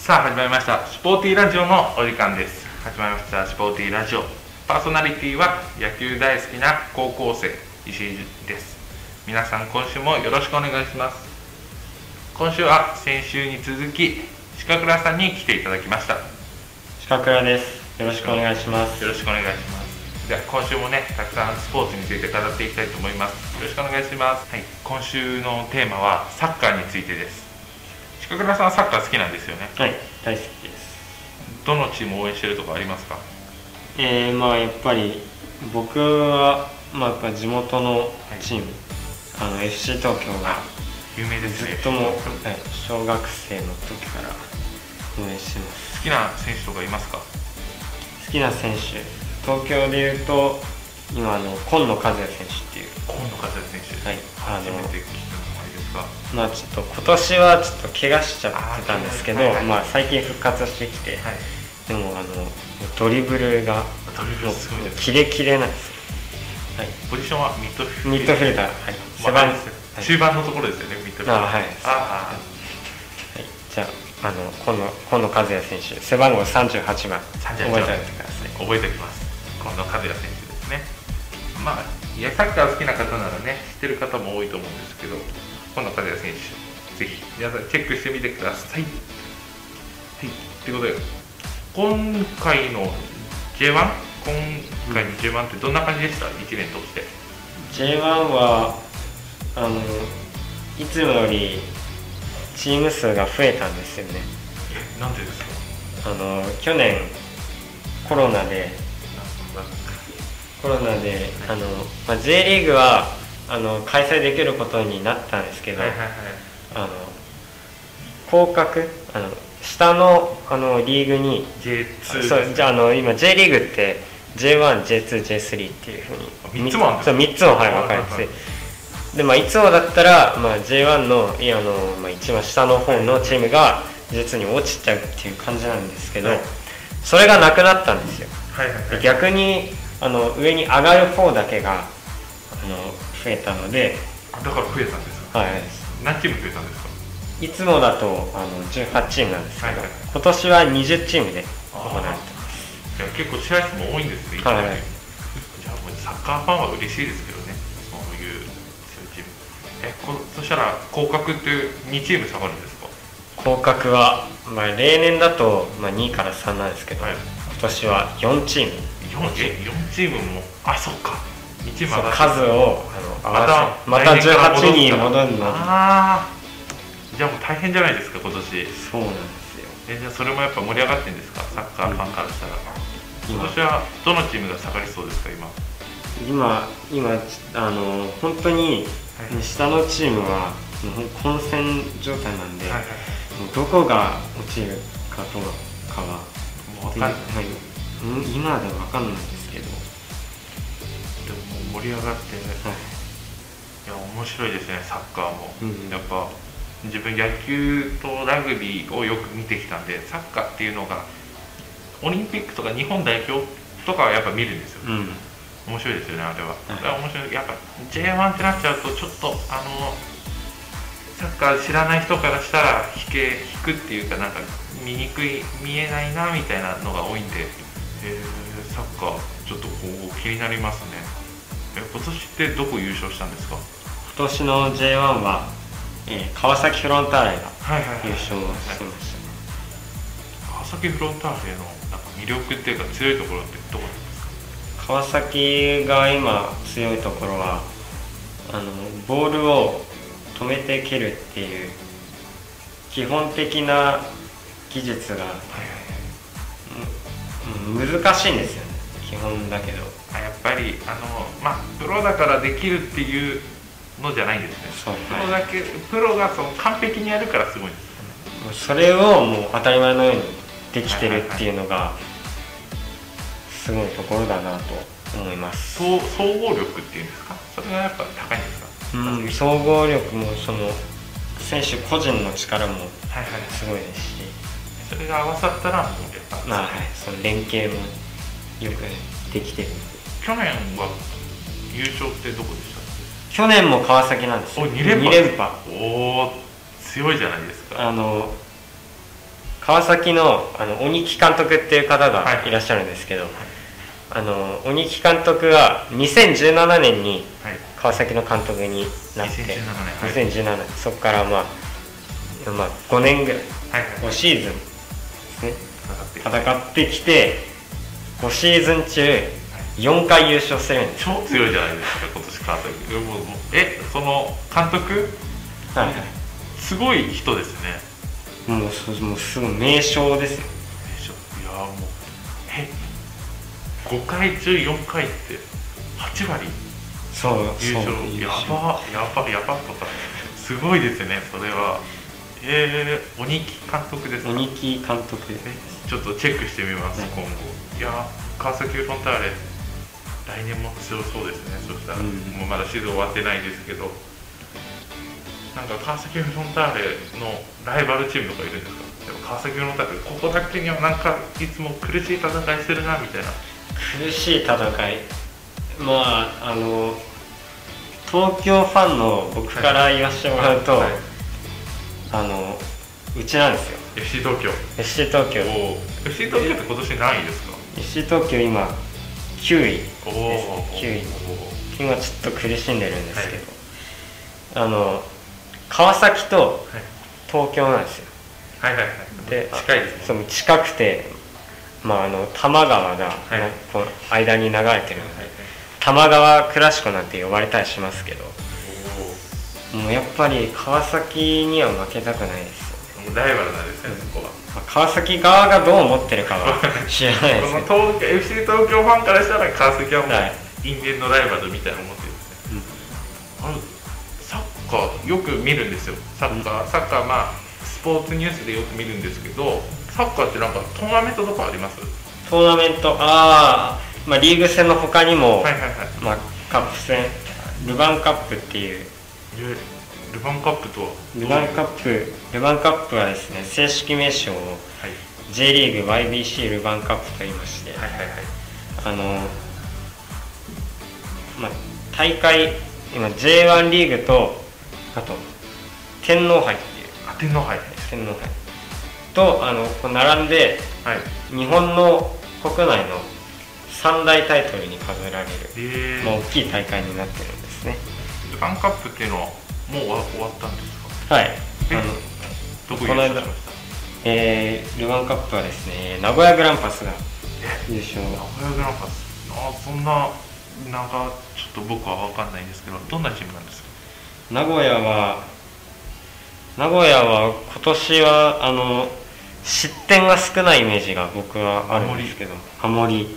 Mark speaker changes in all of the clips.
Speaker 1: さあ始まりましたスポーティーラジオのお時間です。始まりましたスポーティーラジオ。パーソナリティは野球大好きな高校生石井です。皆さん今週もよろしくお願いします。今週は先週に続き鹿倉さんに来ていただきました。
Speaker 2: 鹿倉です。よろしくお願いします。
Speaker 1: よろしくお願いします。では今週もねたくさんスポーツについて語っていきたいと思います。よろしくお願いします。はい、今週のテーマはサッカーについてです。鹿倉さんはサッカー好きなんですよね。
Speaker 2: はい、大好きです。
Speaker 1: どのチームを応援してるとかありますか？
Speaker 2: まあやっぱり僕はやっぱ地元のチーム、FC 東京が
Speaker 1: 有名ですね。
Speaker 2: ずっとも、小学生の時から応援してます。
Speaker 1: 好きな選手とかいますか？
Speaker 2: 好きな選手、東京でいうと今今野和也選手っていう。
Speaker 1: 今野和也選手。
Speaker 2: はい。
Speaker 1: 初めて聞いた名前ですが。
Speaker 2: ちょっと今年はちょっと怪我しちゃってたんですけど、最近復活してきて、でもドリブルが
Speaker 1: すごいです。
Speaker 2: キレキレなんですよ。はい。
Speaker 1: ポジションはミッドフ
Speaker 2: ィルダー。はい。
Speaker 1: 中盤のところですよね。ミッドフィルダー。
Speaker 2: はい。じゃあ今野和也選手、背番号38番覚えておいてください。
Speaker 1: 覚えておきます。今野和也選手ですね。サッカー好きな方ならね知ってる方も多いと思うんですけど、今野和也選手ぜひ皆さんチェックしてみてください。はい。ということで今回の J1 ってどんな感じでした？1年通して。
Speaker 2: J1 はいつもよりチーム数が増えたんですよね。
Speaker 1: なんでですか？
Speaker 2: 去年コロナでJ リーグは開催できることになったんですけど、降格下のリーグに
Speaker 1: J2
Speaker 2: じゃあ今 J リーグって J1、J2、J3 っていうふうに
Speaker 1: 3つもあるんですか
Speaker 2: ？3つも分かれてて、でいつもだったら、J1 の一番下の方のチームが J2 に落ちちゃうっていう感じなんですけど、それがなくなったんですよ。逆に上に上がる方だけが増えたので。
Speaker 1: だから増えたんですか？何チーム増えたんですか？
Speaker 2: いつもだと18チームなんですけど、今年は20チームで行われてます。
Speaker 1: じゃあ結構試合数も多いんですね。じゃあもうサッカーファンは嬉しいですけどね、そういうチーム。そしたら降格って2チーム下がるんですか？
Speaker 2: 降格は、例年だと2位から3なんですけど、今年は4チーム。
Speaker 1: 4チームも、そっか、2チーム上がって
Speaker 2: 数をまた18に戻るの。
Speaker 1: じゃあもう大変じゃないですか今年。
Speaker 2: そうなんですよ。
Speaker 1: じゃあそれもやっぱ盛り上がってるんですか、サッカーファンからしたら。今年はどのチームが下がりそうですか？今
Speaker 2: 本当に下のチームは混戦状態なんで、どこが落ちるかどうかは分かんない。今では分かんないんですけど、
Speaker 1: でも盛り上がって、面白いですねサッカーも。やっぱ自分野球とラグビーをよく見てきたんで、サッカーっていうのがオリンピックとか日本代表とかはやっぱ見るんですよ。面白いですよねあれは。面白い。やっぱ J1 ってなっちゃうとちょっとサッカー知らない人からしたら引くっていうか、なんか見えないなみたいなのが多いんで、サッカーちょっと気になりますね。今年ってどこ優勝したんですか？
Speaker 2: 今年の J1 は、川崎フロンターレが優勝しました。
Speaker 1: 川崎フロンターレのなんか魅力っていうか強いところってどこなんですか？
Speaker 2: 川崎が今強いところはボールを止めて蹴るっていう基本的な技術が難しいんですよね。基本だけど
Speaker 1: やっぱりプロだからできるっていうのじゃないんですね。プロが完璧にやるからすごいんです。
Speaker 2: それをもう当たり前のようにできてるっていうのがすごいところだなと思います。
Speaker 1: 総合力っていうんですか？それがやっぱ高いんですか？
Speaker 2: 総合力も選手個人の力もすごいですし、
Speaker 1: それが合わさったらもうやっぱ
Speaker 2: その連携もよくできてる。
Speaker 1: 去年は優勝ってどこでした？
Speaker 2: 去年も川崎なんですよ。2連覇。
Speaker 1: おお、強いじゃないですか。
Speaker 2: 川崎の鬼木監督っていう方がいらっしゃるんですけど、鬼木監督が2017年に川崎の監督になって、2017年、そこからまあ5年ぐらい、5シーズンですね、戦ってきて、5シーズン中4回優勝してるんです。
Speaker 1: 超強いじゃないですか今年監督。その監督、すごい人ですね。
Speaker 2: もうすごい名将ですよ。
Speaker 1: いやもう5回中4回って8割優勝、やばとかすごいですねそれは。鬼木監督ですか？
Speaker 2: 鬼木監督
Speaker 1: ちょっとチェックしてみます、今後。いや川崎フロンターレ来年も強そうですね。そしたら、もうまだシーズン終わってないですけど、なんか川崎フロンターレのライバルチームとかいるんですか？でも川崎フロンターレここだけにはなんかいつも苦しい戦いするなみたいな。
Speaker 2: 苦しい戦い、東京ファンの僕から言わせてもらうと、うちなんですよ。
Speaker 1: FC 東京。
Speaker 2: FC 東京。
Speaker 1: FC 東京って今年何位ですか
Speaker 2: ？FC 東京今9位です。9位。今ちょっと苦しんでるんですけど、川崎と東京なんですよ。で、
Speaker 1: 近いですね。
Speaker 2: 近くて、多摩川がこの間に流れてるので、多摩川クラシコなんて呼ばれたりしますけど、もうやっぱり川崎には負けたくないですよね。
Speaker 1: ライバルなんですね、そこは。
Speaker 2: 川崎側がどう思ってるかは知らないですけど
Speaker 1: FC 東京ファンからしたら川崎はもう因縁のライバルみたいな思ってるんですね。サッカーよく見るんですよ。サッカースポーツニュースでよく見るんですけど、サッカーってなんかトーナメントとかあります？
Speaker 2: トーナメント、リーグ戦の他にも、カップ戦、ルヴァンカップっていう。
Speaker 1: ルヴァンカップとは？
Speaker 2: ルヴァンカップはですね、正式名称を J リーグ YBC ルヴァンカップと言いまして、大会、今 J1 リーグと、あと天皇杯っていう、
Speaker 1: 天皇杯
Speaker 2: と並んで、日本の国内の3大タイトルに数えられる、大きい大会になってるんですね。
Speaker 1: ルヴァンカップっていうのはもう終わったんですか？
Speaker 2: はい。
Speaker 1: どこ優勝しました？
Speaker 2: ルヴァンカップはですね、名古屋グランパスが優勝。
Speaker 1: 名古屋グランパス。そんななんかちょっと僕は分かんないんですけど、どんなチームなんですか？
Speaker 2: 名古屋は今年は失点が少ないイメージが僕はあるんですけど、守り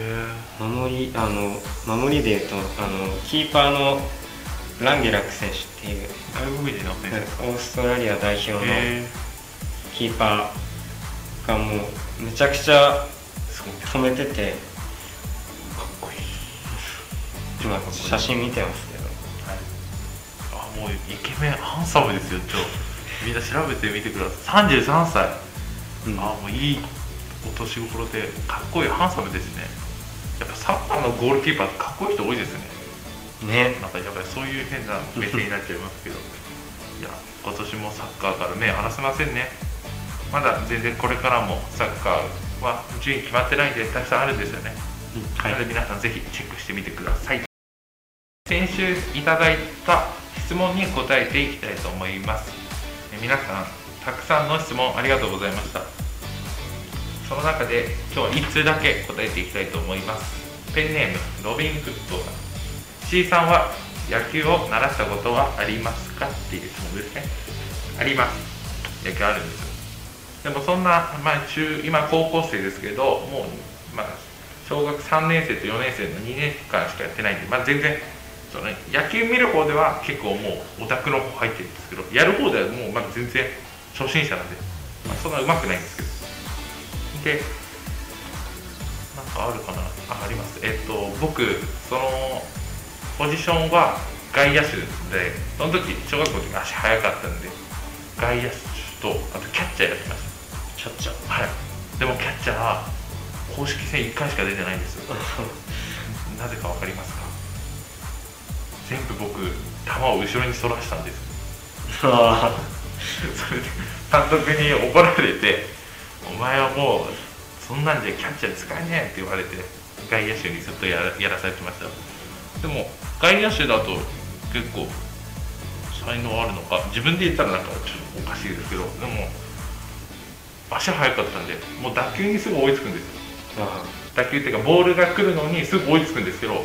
Speaker 2: でいうとキーパーのランゲラック選手っていう
Speaker 1: 外国人の選手、
Speaker 2: オーストラリア代表のキーパーがもうめちゃくちゃ止めてて、
Speaker 1: かっこいい。
Speaker 2: 今写真見てますけど、
Speaker 1: もうイケメンハンサムですよ。みんな調べてみてください。33歳、もういいお年頃でかっこいいハンサムですね。やっぱサッカーのゴールキーパーってかっこいい人多いですね。なんかやっぱりそういう変な目線になっちゃいますけどいや今年もサッカーから目離せませんね。まだ全然これからもサッカーは順位決まってないんでたくさんあるんですよね。なので皆さんぜひチェックしてみてください。先週いただいた質問に答えていきたいと思います。皆さんたくさんの質問ありがとうございました。その中で今日は1通だけ答えていきたいと思います。ペンネームロビン・フットさん。C さんは野球を習ったことはありますかっていう質問ですね。あります。野球あるんですよ。でもそんな、今高校生ですけど、もう、小学3年生と4年生の2年間しかやってないんで、全然野球見る方では結構もうオタクの方入ってるんですけど、やる方ではもうまだ全然初心者なんで、そんな上手くないんですけど。で、なんかあるかなあります。僕そのポジションは外野手で、その時小学校の時足速かったんで外野手とあとキャッチャーやってました。
Speaker 2: キャッチャー、
Speaker 1: はい。でもキャッチャーは公式戦1回しか出てないんですよなぜか分かりますか？全部僕球を後ろに反らしたんですそれで監督に怒られて、 お前はもうそんなんじゃキャッチャー使えねえって言われて外野手にずっとやらされてました。でも外野手だと結構才能あるのか、自分で言ったらなんかちょっとおかしいですけど、でも足速かったんでもう打球にすぐ追いつくんですよ。打球っていうかボールが来るのにすぐ追いつくんですけど、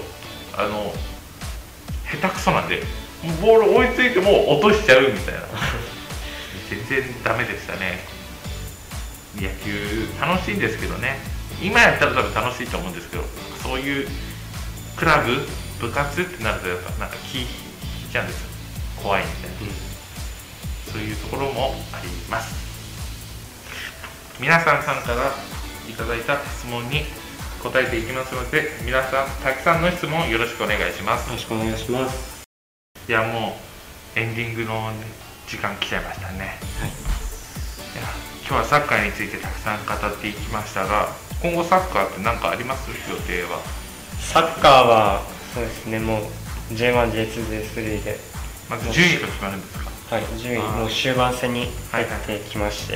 Speaker 1: 下手くそなんでもうボール追いついても落としちゃうみたいな全然ダメでしたね。野球楽しいんですけどね、今やったら多分楽しいと思うんですけど、そういうクラブ部活ってなるとやっぱなんか気引いちゃうんですよ、怖いみたいな、そういうところもあります。皆さんからいただいた質問に答えていきますので、皆さんたくさんの質問よろしくお願いします。
Speaker 2: よろしくお願いします。
Speaker 1: いやもうエンディングの時間来ちゃいましたね。はい、いや今日はサッカーについてたくさん語っていきましたが、今後サッカーって何かあります？予定は。
Speaker 2: サッカーはそうですね、もう J1、J2、J3 で
Speaker 1: まず順位が決まるんですか？
Speaker 2: はい、順位もう終盤戦に入ってきまして、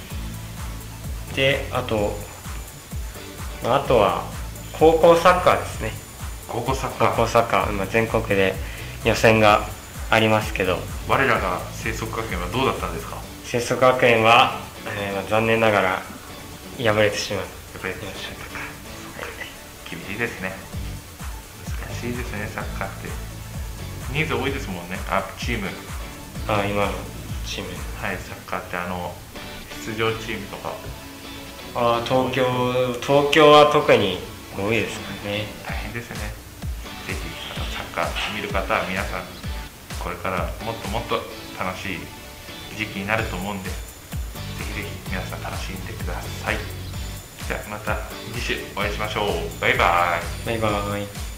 Speaker 2: であとは高校サッカーですね。
Speaker 1: 高校サッカー、
Speaker 2: 今全国で予選がありますけど、
Speaker 1: 我らが清則学園はどうだったんですか？
Speaker 2: 清則学園は、残念ながら敗れてしまいました。
Speaker 1: 厳しいですね。難しいですね、サッカーって人数多いですもんね。チーム、
Speaker 2: 今のチーム、
Speaker 1: はい、サッカーって出場チームとか、
Speaker 2: 東京は特に多いですからね。
Speaker 1: 大変ですね。ぜひサッカー見る方は皆さんこれからもっともっと楽しい時期になると思うんで、ぜひぜひ皆さん楽しんでください。じゃあまた次週お会いしましょう。バイバイ。
Speaker 2: バイバイ。